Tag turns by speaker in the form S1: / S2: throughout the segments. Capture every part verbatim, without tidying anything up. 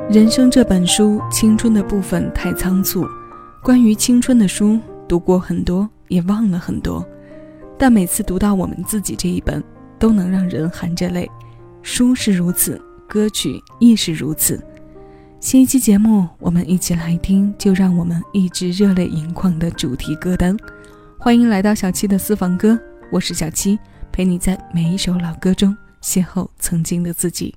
S1: 人生这本书，青春的部分太仓促，关于青春的书读过很多，也忘了很多，但每次读到我们自己这一本，都能让人含着泪。书是如此，歌曲亦是如此。新一期节目，我们一起来听就让我们一直热泪盈眶的主题歌单。欢迎来到小七的私房歌，我是小七，陪你在每一首老歌中邂逅曾经的自己。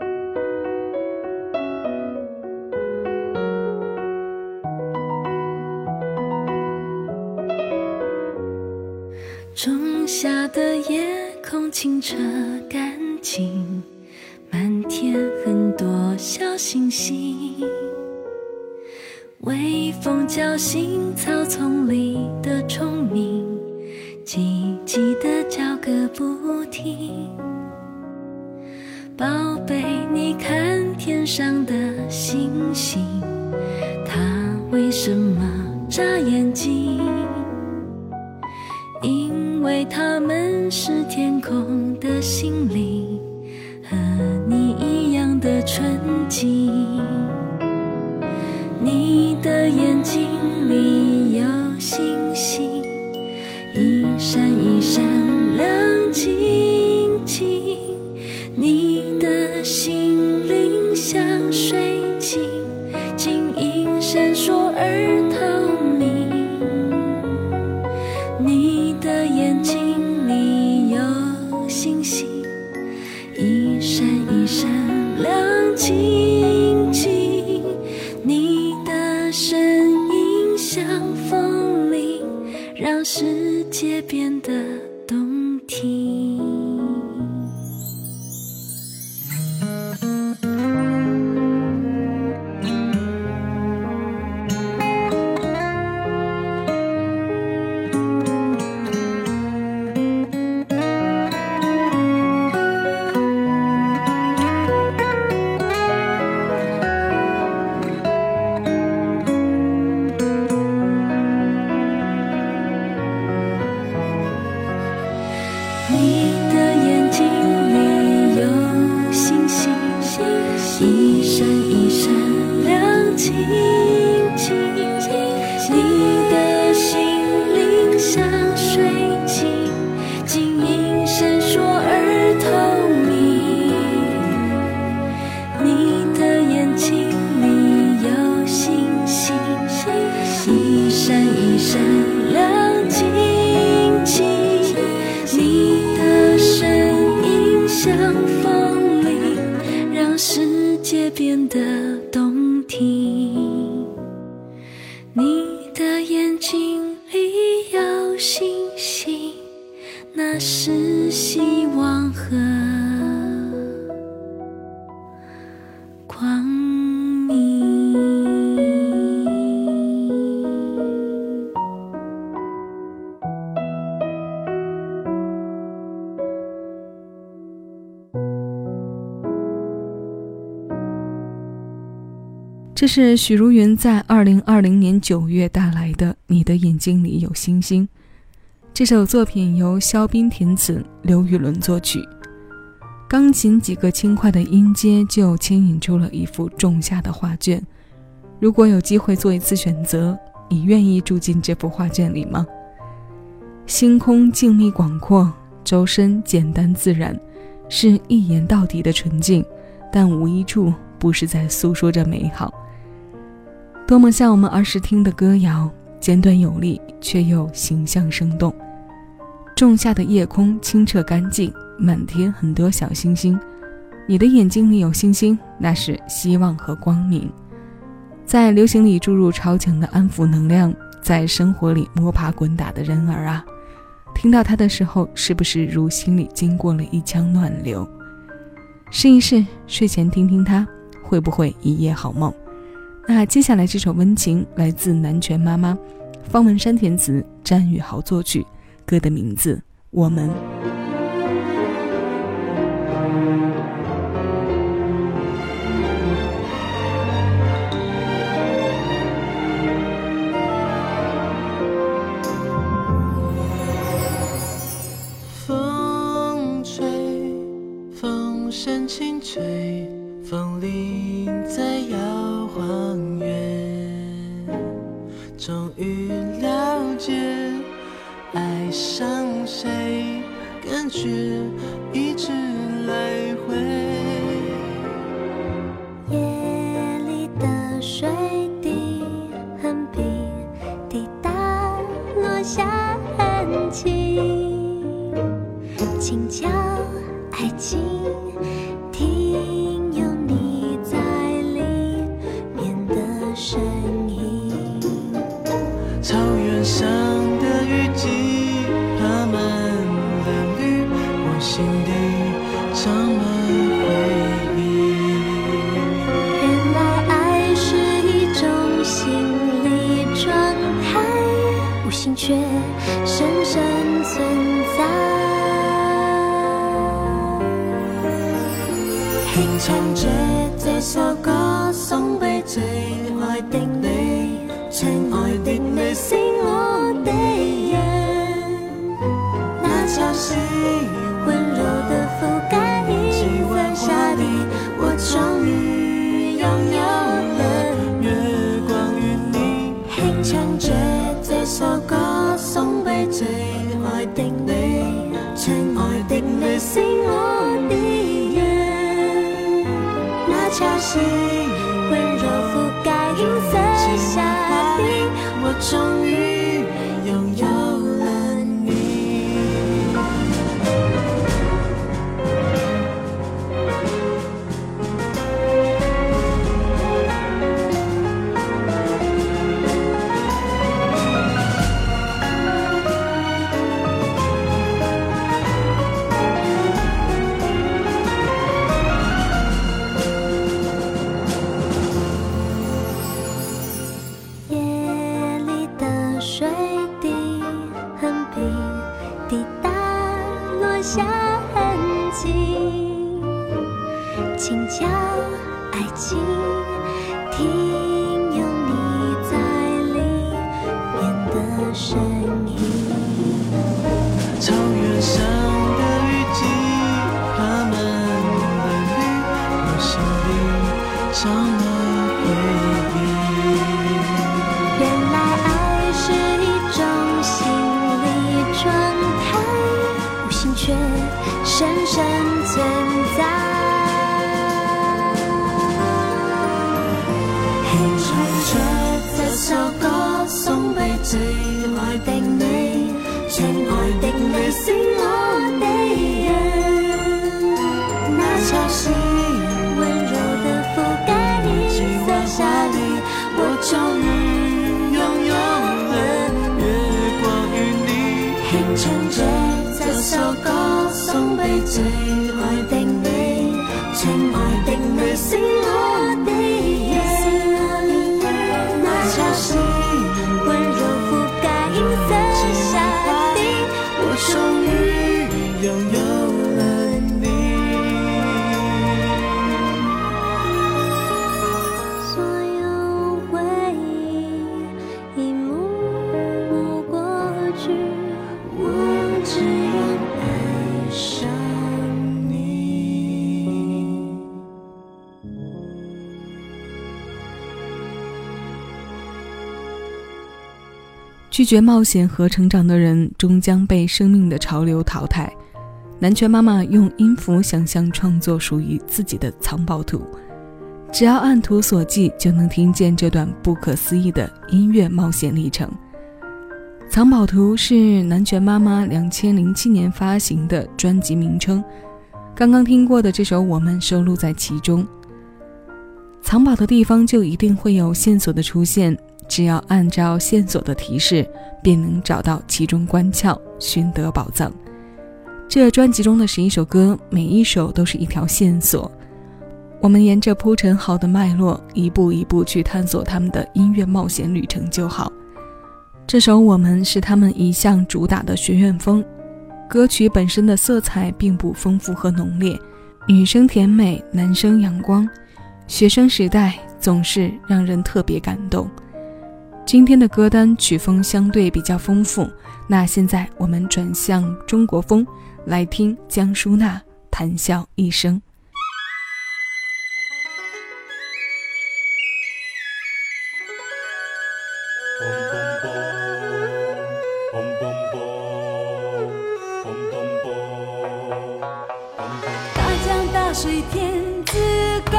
S2: 仲夏的夜空清澈干净，满天很多小星星，微风叫醒草丛里的虫鸣，叽叽的叫个不停。宝贝，你看天上的星星，它为什么眨眼睛？因为它们是天空的心灵，和你一样的纯净。你的眼睛里有星星，一闪一闪亮晶晶。你的心灵像水晶，晶莹闪烁而透明。你的眼睛里有星星，一闪一闪亮晶晶。你的声音像风铃，让世界变得动听。你的眼睛里有星星，一闪一闪亮晶晶。你的心灵像水晶，晶莹闪烁而透明。你的眼睛里有星星，一闪一闪亮晶晶。你的声音像风铃，让世界变得动听。你的眼睛里有星星，那是希望和光明。
S1: 这是许茹芸在二零二零年九月带来的《你的眼睛里有星星》。这首作品由肖斌填词，刘宇伦作曲。钢琴几个轻快的音阶就牵引出了一幅仲夏的画卷。如果有机会做一次选择，你愿意住进这幅画卷里吗？星空静谧广阔，周身简单自然，是一眼到底的纯净，但无一处不是在诉说着美好。多么像我们儿时听的歌谣，简短有力，却又形象生动。仲夏的夜空清澈干净，满天很多小星星。你的眼睛里有星星，那是希望和光明。在流行里注入超强的安抚能量，在生活里摸爬滚打的人儿啊，听到它的时候，是不是如心里经过了一腔暖流？试一试，睡前听听它，会不会一夜好梦？那接下来这首温情来自南拳妈妈，方文山填词，詹宇豪作曲，歌的名字我们。
S3: 风吹，风声轻吹， 风铃在摇晃远，终于了解爱上谁感觉一直来回。
S2: 夜里的水滴痕笔滴答落下痕迹，轻巧爱情听有你在里面的声音。
S3: 草原上的雨季爬满了绿，我心底长满回忆。
S2: 原来爱是一种心理状态，无心却深深存在。輕唱着這首歌送俾最愛的你，最愛的你是我的人。那潮汐溫柔的覆蓋銀色沙地，我終於擁有了月光與你。輕唱着這首歌送俾最愛的你，最愛的你是我的人。潮汐溫柔覆蓋銀色沙地，我終於擁有了你。下痕迹，轻巧爱情听有你在里面的声音。
S3: 草原上的雨季爬满了绿，我心里长满回忆。
S2: 原来爱是一种心理状态，无心却深深存在。輕唱着這首歌送俾最愛的你，最愛的你是我的人。那潮汐溫柔的覆蓋銀色沙地，我終於擁有了月光與你。輕唱着這首歌送俾最愛的你，最愛的你是我的人。那潮汐溫柔覆蓋銀色沙地，我終於擁有了你。所有回憶一幕幕過去，我只願愛上你。
S1: 拒绝冒险和成长的人，终将被生命的潮流淘汰。南拳妈妈用音符想象创作属于自己的藏宝图，只要按图索骥，就能听见这段不可思议的音乐冒险历程。藏宝图是南拳妈妈两千零七年发行的专辑名称，刚刚听过的这首《我们》收录在其中。藏宝的地方就一定会有线索的出现，只要按照线索的提示，便能找到其中关窍，寻得宝藏。这专辑中的十一首歌，每一首都是一条线索，我们沿着铺陈好的脉络，一步一步去探索他们的音乐冒险旅程就好。这首《我们》是他们一向主打的学院风，歌曲本身的色彩并不丰富和浓烈，女生甜美，男生阳光，学生时代总是让人特别感动。今天的歌单曲风相对比较丰富，那现在我们转向中国风，来听江淑娜谈笑一生。
S2: 下水天子高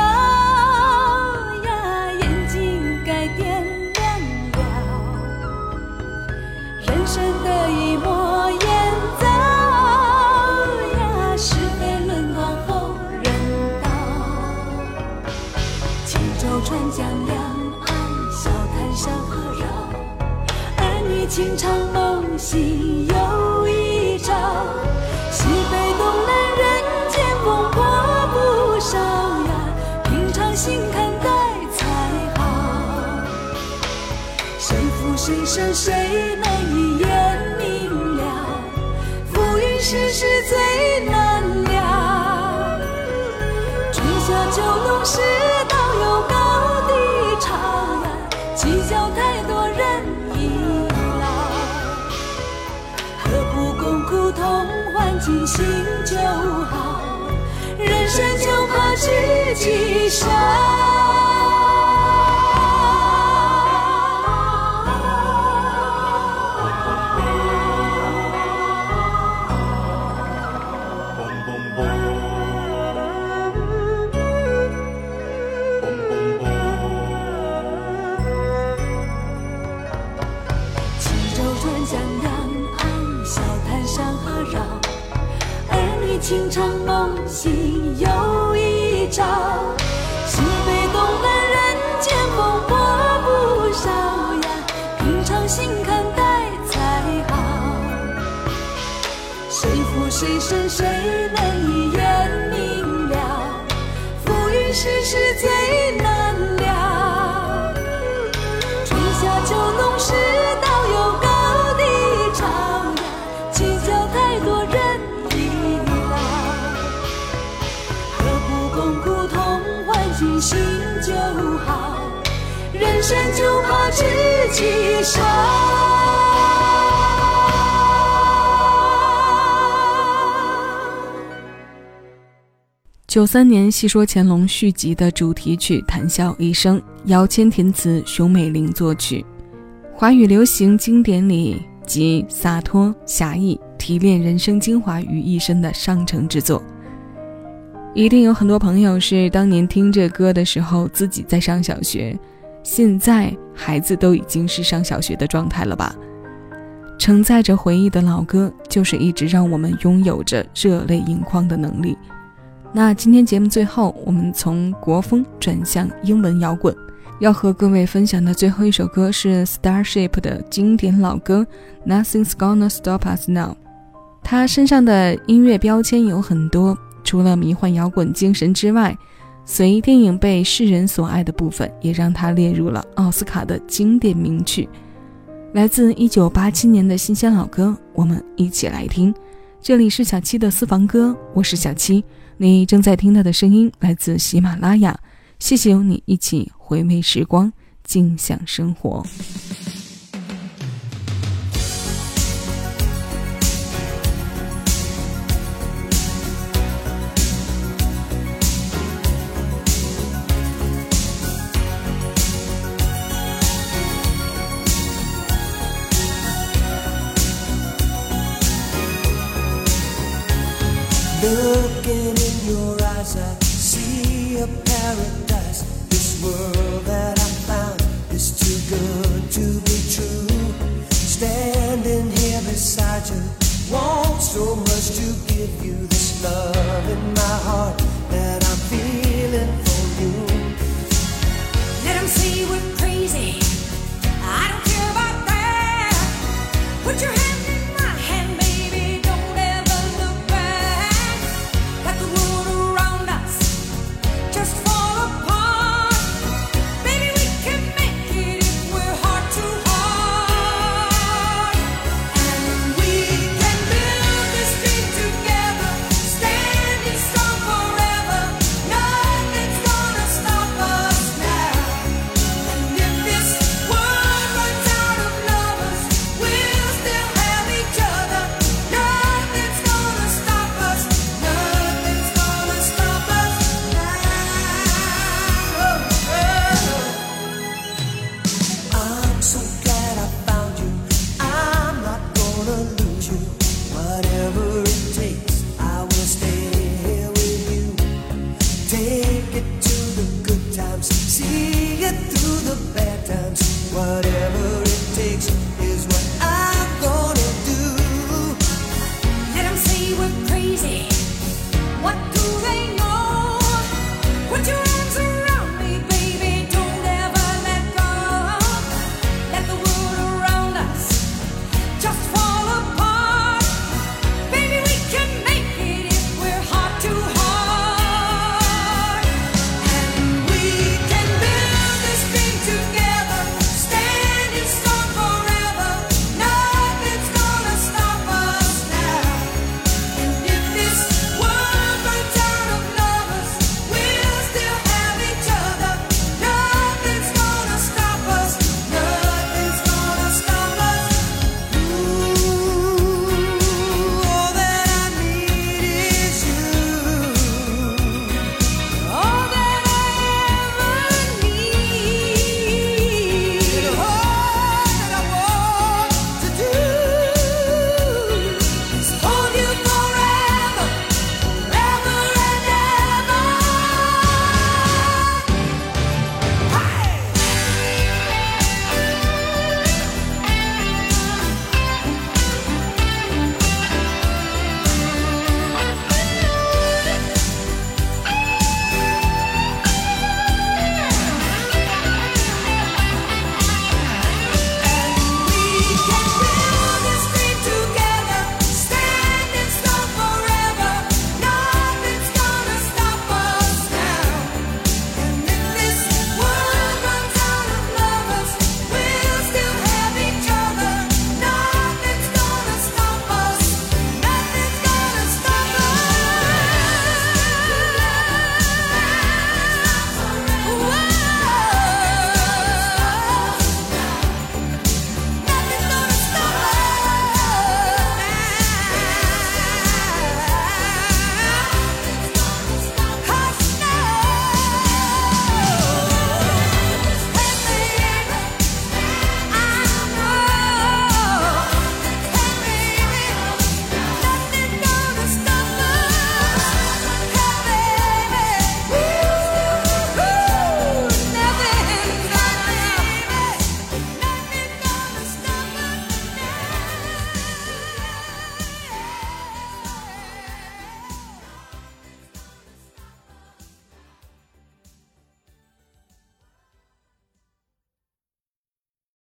S2: 呀，眼睛该点亮了，人生的一抹烟糟呀，是非论断后人道。轻舟船江两岸，小滩山河绕，儿女情长梦醒又一朝。西北东南人间风波不少呀，平常心看待才好。谁负谁胜谁难一眼明了，浮云世事最难料。春夏秋冬世道有高低潮呀，计较太多人已老。何不共苦同欢尽兴就好，人生就怕知己少。情长梦醒又一朝，西北东南人间风波不少呀，平常心看待才好。谁负谁胜谁难一眼明了，浮云世事最难料。春夏秋冬世道有高低潮呀，计较太多人尽兴就好，人生就怕知己少。
S1: 九三年戏说乾隆续集的主题曲《谈笑一生》，姚谦填词，熊美玲作曲。华语流行经典里集洒脱、侠义、提炼人生精华于一身的上乘之作。一定有很多朋友是当年听这歌的时候自己在上小学，现在孩子都已经是上小学的状态了吧。承载着回忆的老歌，就是一直让我们拥有着热泪盈眶的能力。那今天节目最后，我们从国风转向英文摇滚，要和各位分享的最后一首歌是 Starship 的经典老歌 Nothing's Gonna Stop Us Now。 它身上的音乐标签有很多，除了迷幻摇滚精神之外，随电影被世人所爱的部分也让它列入了奥斯卡的经典名曲。来自一九八七年的新鲜老歌，我们一起来听。这里是小七的私房歌，我是小七，你正在听到的声音来自喜马拉雅。谢谢有你一起回味时光，静享生活。
S3: Looking in your eyes, I see a paradise. This world that I found is too good to be true. Standing here beside you, want so much to give you this love in my heart that I'm feeling for you.
S4: Let them say we're crazy, I don't care about that. Put your hand in my hand, baby, don't ever look back. Let the world around us just fall apart. Baby, we can make it if we're heart to heart. And we can build this dream together, standing strong forever.
S5: Take it to the good times, see it through the